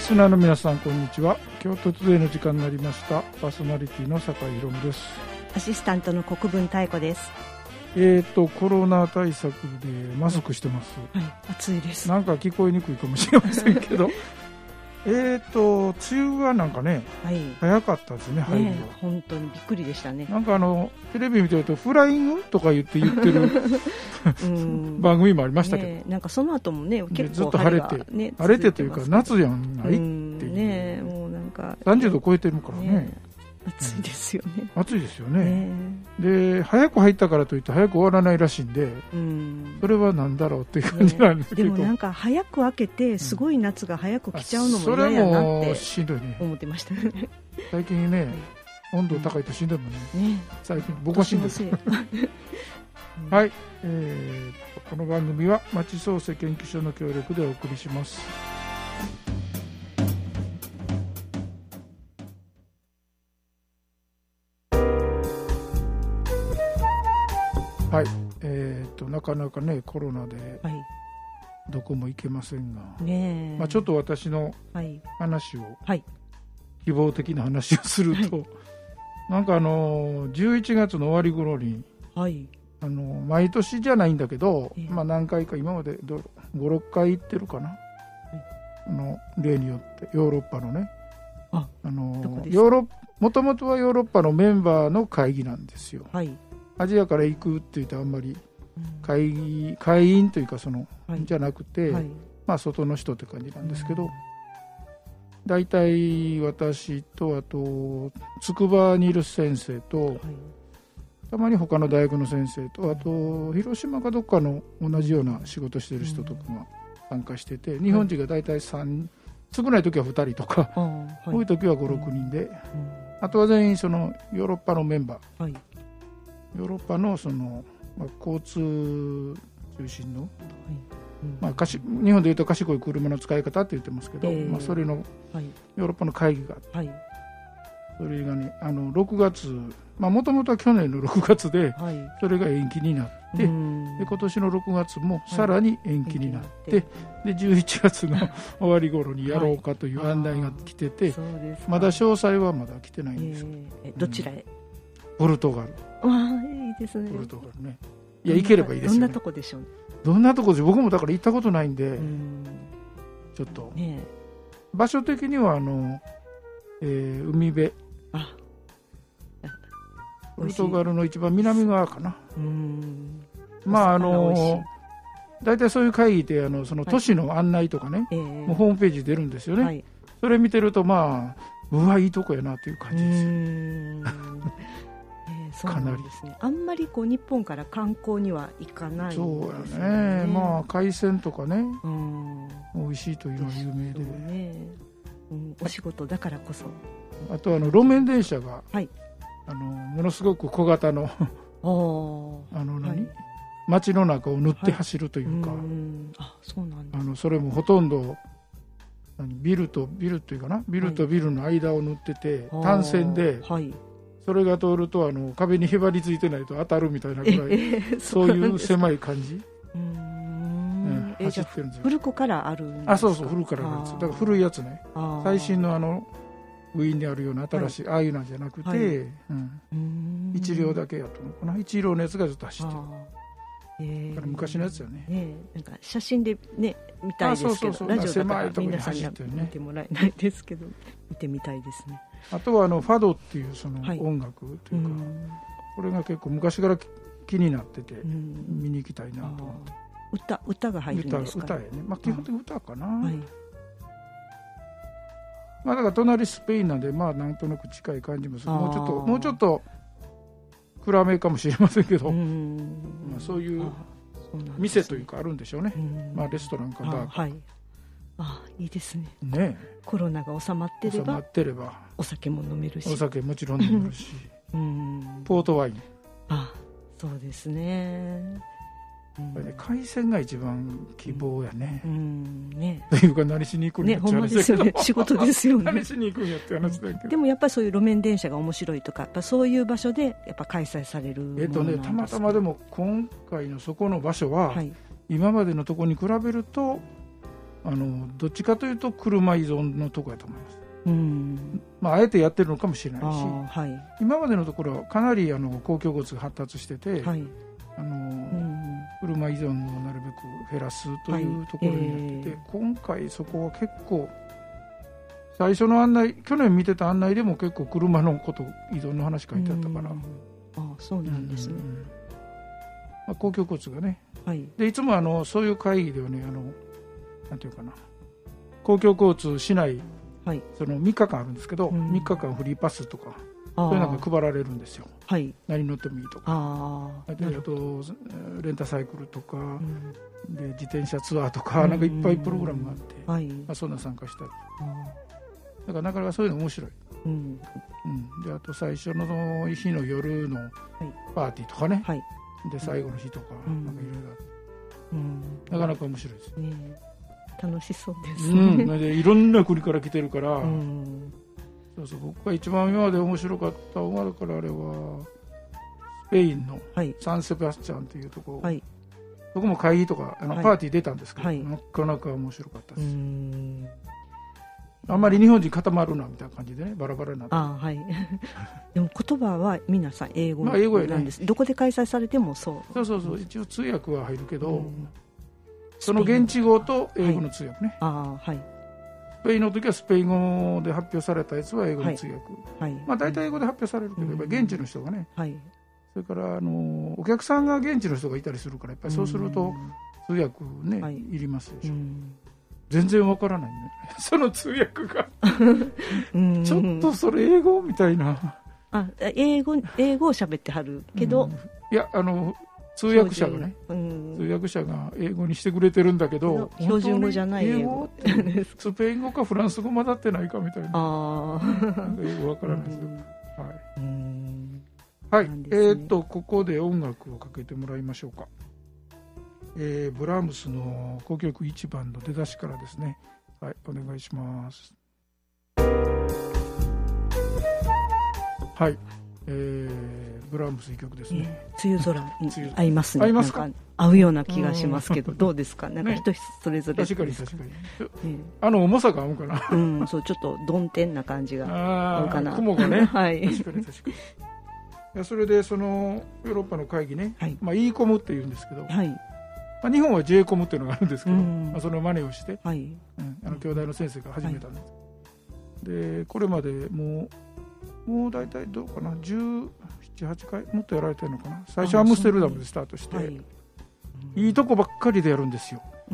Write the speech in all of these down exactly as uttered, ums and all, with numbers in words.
スナーの皆さんこんにちは。京都トゥデイの時間になりました。パーソナリティの坂井宏美です。 アシスタントの国分太子です。 えーとコロナ対策でマスクしてます、 はい、暑いです。 なんか聞こえにくいかもしれませんけどえーと梅雨はなんかね、はい、早かったですね、入りは、 ね、本当にびっくりでしたね。 なんかあのテレビ見てるとフライングとか言って言ってるうん番組もありましたけど、 ね、なんかその後もね結構ずっと晴れて、ね、晴れてというか夏やんないっていう、ね、もうなんかさんじゅうど超えてるからね、ね、 暑いですよね、 うん、暑いですよね、ねで早く入ったからといって早く終わらないらしいんで、うん、それはなんだろうっていう感じなんですけど、 ね、でもなんか早く開けてすごい夏が早く来ちゃうのも嫌やなって思ってましたね。 最近ね、はい、温度高いと死んでるもん ね, ね最近僕は死んでるはい、えー、この番組は町創生研究所の協力でお送りします。はい、えー、となかなかねコロナでどこも行けませんが、はいねまあ、ちょっと私の話を、はい、希望的な話をすると、はい、なんかあのじゅういちがつの終わり頃に、はい、あの毎年じゃないんだけど、えーまあ、何回か今までご、ろっかい行ってるかな、はい、あの例によってヨーロッパのねああのヨーロもともとはヨーロッパのメンバーの会議なんですよ、はいアジアから行くって言ってあんまり会議、会員というかその、はい、じゃなくて、はいまあ、外の人って感じなんですけど、だいたい私とあと筑波にいる先生と、はい、たまに他の大学の先生とあと広島かどっかの同じような仕事してる人とかが参加してて、日本人がだいたいさん少ない時はふたりとか、はい、多い時はご、ろくにんで、あとは全員そのヨーロッパのメンバー、はいヨーロッパの、その、まあ、交通中心の、はいうんまあ、かし日本でいうと賢い車の使い方って言ってますけど、えーまあ、それのヨーロッパの会議があって、はい、それがねあのろくがつもともとは去年のろくがつで、はい、それが延期になって、で今年のろくがつもさらに延期になって、はい、でじゅういちがつの終わり頃にやろうかという案内が来てて、はい、まだ詳細はまだ来てないんですけど、 えー、どちらへ、 ポルトガル。 ああいいですね。 ポルトガルね。いや行ければいいですよね。 どんなとこでしょうね。 どんなとこで僕もだから行ったことないんで、うんちょっと、ね、場所的にはあの、えー、海辺。あポルトガルの一番南側かな。うんまああのだいたいそういう会議であのその都市の案内とかね、はいもうホームページ出るんですよね。はい、それ見てるとまあうわいいとこやなという感じですよ。うんそうなんですね、あんまりこう日本から観光には行かないんですよね。 そうやね、まあ海鮮とかね、うん、美味しいというのは有名で、ねうん、お仕事だからこそ。 あとあの路面電車が、はい、あのものすごく小型のあの何、はい、街の中を塗って走るというか、はい、うんあそうなんです。あのそれもほとんど何ビルとビルというかなビルとビルの間を塗ってて、はい、単線で、はいそれが通るとあの壁にへばりついてないと当たるみたいなぐらい、えー、そういう狭い感じうーん、ね、走ってるんですよ。 古くからあるんですか。 あそうそう古くからあるんですよ。だから古いやつね、最新のあのウィーンにあるような新しい、はい、ああいうのじゃなくて、はいうん、うん一両だけやと思うかな。一両のやつがずっと走ってる。えー、だから昔のやつよね。 ねなんか写真で、ね、見たいですけどそうそうそうラジオだから皆さんには見てもらえないですけど見てみたいですね。 あとはあのファドっていうその音楽というか、はい、これが結構昔から気になってて見に行きたいなと思って。 歌、歌が入るんですか。 歌、歌やね、まあ、基本的に歌かな、はいまあ、だから隣スペインなんでまあなんとなく近い感じもする。もうちょっともうちょっと暗めかもしれませんけど、うんまあ、そういう店というかあるんでしょうね。まあ、レストランかバーか。あ、はい、 あいいですね。 ねコロナが収まってれば、 収まってればお酒も飲めるし、 お酒もちろん飲めるしうんポートワインあそうですね。 これね海鮮が一番希望やね。 うんねというか何しに行くんやって話だけど、ね、 仕事ですよね何しに行くんやって話だけど、 でもやっぱりそういう路面電車が面白いとかやっぱそういう場所でやっぱ開催されるものなんですか。 えっとねたまたまでも今回のそこの場所は、はい、今までのところに比べるとあのどっちかというと車依存のところだと思います。うんまあ、あえてやってるのかもしれないし、はい、今までのところはかなりあの公共交通が発達してて、はい、あのうん車依存をなるべく減らすというところになってて、はいえー、今回そこは結構最初の案内、去年見てた案内でも結構車のこと依存の話書いてあったから、 ああそうなんですね、うんまあ、公共交通がね、はい、でいつもあのそういう会議ではねあのなんていうかな公共交通市内、はい、そのみっかかんあるんですけど、うん、みっかかんフリーパスとかそういうのが配られるんですよ、はい、何乗ってもいいとかああであとレンタサイクルとか、うん、で自転車ツアーとか、うん、なんかいっぱいプログラムがあって、はいまあ、そんな参加したりだからなかなかそういうの面白い、うんうん、であと最初の日の夜のパーティーとかね、はい、で最後の日とか、うん、なんかいろいろあって、うん、なかなか面白いです、ね、 楽しそうですね、うん、 でいろんな国から来てるから、うん、そうそう僕が一番今まで面白かったのはだからあれはスペインのサンセバスチャンというところ、はい、そこも会議とかあのパーティー出たんですけど、はい、なかなか面白かったです、うんあんまり日本人固まるなみたいな感じでねバラバラになってあ、はい、 でも言葉は皆さん英語なんです、まあ、英語やね、どこで開催されてもそうそうそうそう一応通訳は入るけど、うん、その現地語と英語の通訳ね、はいあはい、スペインの時はスペイン語で発表されたやつは英語の通訳、はいはいまあ、大体英語で発表されるけど、うん、やっぱり現地の人がね、はい、それからあのお客さんが現地の人がいたりするからやっぱりそうすると通訳ね、はい、いりますでしょ、うん全然わからないねその通訳がうんちょっとそれ英語みたいなあ英語英語を喋ってはるけど、うん、 いやあの通訳者がね、うん、通訳者が英語にしてくれてるんだけど標準語じゃない英語スペイン語かフランス語混ざってないかみたいなあなんか英語わからないですよ、うんはいうんはいね、えー、っとここで音楽をかけてもらいましょうか。えー、ブラームスの交響曲いちばんの出だしからですね。はい、お願いします。はい、えー、ブラームスいっきょくですね。 えー、梅雨空に合いますね。合いますか？なんか合うような気がしますけど、どうですか？なんか人それぞれ、ね。確かに確かに。えー、あの重さが合うかな。 うん、そうちょっと曇天な感じが合うかな。 雲がね。はい。確かに確かに。いやそれでそのヨーロッパの会議ね、はい、まあ イーコム って言うんですけど。はい。まあ、日本は ジェイコム っていうのがあるんですけど、うんまあ、その真似をして、はいうん、あの京大の先生が始めたんです、はい、でこれまでもうもう大体どうかなじゅうなな、はちかいもっとやられてるのかな。最初アムステルダムでスタートして、はい、いいとこばっかりでやるんですよ、うん、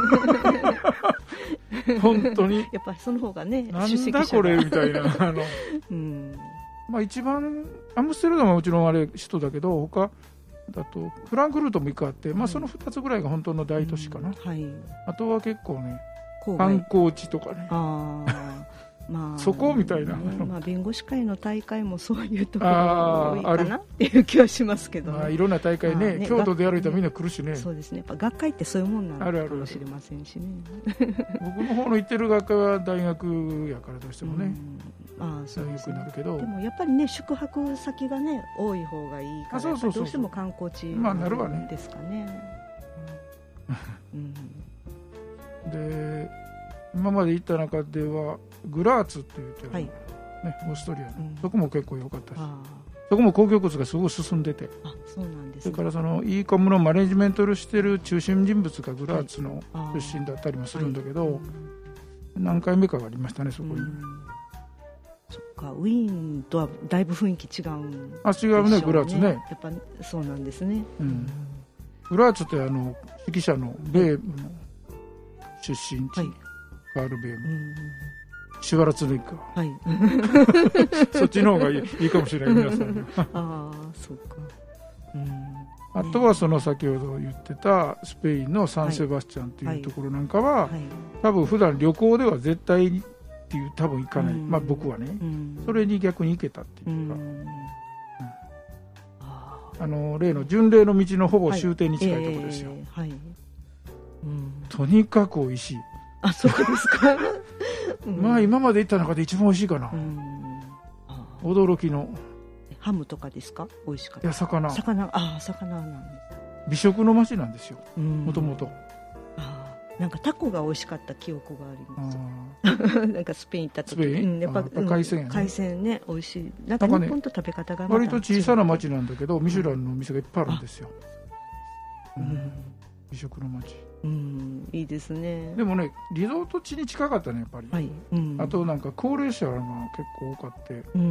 本当にやっぱりその方がねなんだこれみたいなあの、うんまあ、一番アムステルダムはもちろんあれ首都だけど他だとフランクフルトもいっかいあって、まあ、そのふたつぐらいが本当の大都市かな、うんはい、あとは結構ね観光地とかねあ、まあ、そこみたいな、 ねまあ、弁護士会の大会もそういうところが多いかなっていう気はしますけど、ねまあ、 いろんな大会 ね, ね京都でやる人はみんな来るしね、ねそうですねやっぱ学会ってそういうもんなのかもしれませんしね僕の方の行ってる学会は大学やからどうしてもね、うんああそうですね、なるけどでもやっぱりね宿泊先がね多い方がいいからどうしても観光地ですかね、まあうん、で今まで行った中ではグラーツっていうと、はいね、オーストリアの、うん、そこも結構良かったしそこも公共交通がすごい進んでてあそうなんです、ね、それからその イーコム のマネジメントをしてる中心人物がグラーツの出身だったりもするんだけど、はいはい、何回目かがありましたねそこに、うんそっかウィーンとはだいぶ雰囲気違うんでしょうね。 あ違うねグラーツねやっぱそうなんですね、うん、 グラーツってあの指揮者のベームの出身地、はい、カール・ベーム、うん、シュワルツェネッガー、はい、そっちの方がい い, いいかもしれない皆さんああそうか、うん、あとはその先ほど言ってたスペインのサンセバスチャンというところなんかは、はいはいはい、多分普段旅行では絶対にっていう多分行かない、まあ、僕はね、うん、それに逆に行けたっていうか、うんうん、あ, あの例の巡礼の道のほぼ終点に近いところですよ、はいえーはいうん、とにかく美味しい。 あそうですか、 うん、まあ今まで行った中で一番美味しいかな、うん、驚きのハムとかですか美味しかった。 いや魚魚あ魚なんです。 美食の街なんですよもともと。 なんかタコが美味しかった記憶がありますなんかスペイン行った時、うん、やっぱ海鮮、ね、 海鮮ね美味しい。なんか日本と食べ方がまた割と小さな町なんだけどミシュランのお店がいっぱいあるんですよ、うんうん、美食の町、 うん、いいですね。 でもねリゾート地に近かったねやっぱり、はい、うん、あとなんか高齢者が結構多かって、うん、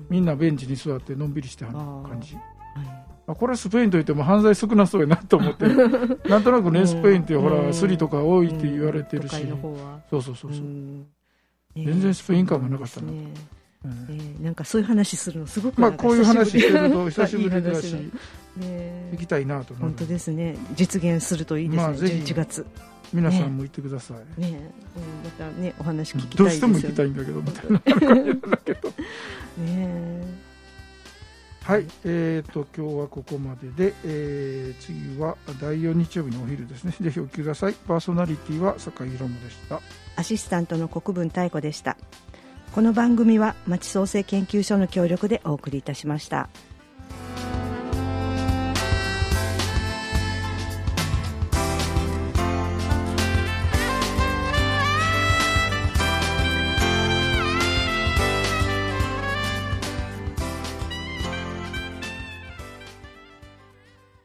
みんなベンチに座ってのんびりしてはる感じ。あ、これはスペインといっても犯罪少なそうやなと思ってなんとなくねスペインってほらスリとか多いって言われてるし、うん、そうそうそうそう、うん、全然スペイン感がなかったな、ねうんえー、なんかそういう話するのすごくまあこういう話してると久しぶりだしね、行きたいなと思う。 本当ですね、実現するといいですね、まあ、ぜひじゅういちがつ皆さんも行ってください ね, ね、 うん、またねお話聞きたいですよ、 どうしても行きたいんだけどみたいな感じだけどねはい、えーと今日はここまでで、えー、次はだいよん日曜日のお昼ですね。ぜひお聞きください。パーソナリティは坂井宏夢でした。 アシスタントの国分太子でした。この番組は町創生研究所の協力でお送りいたしました。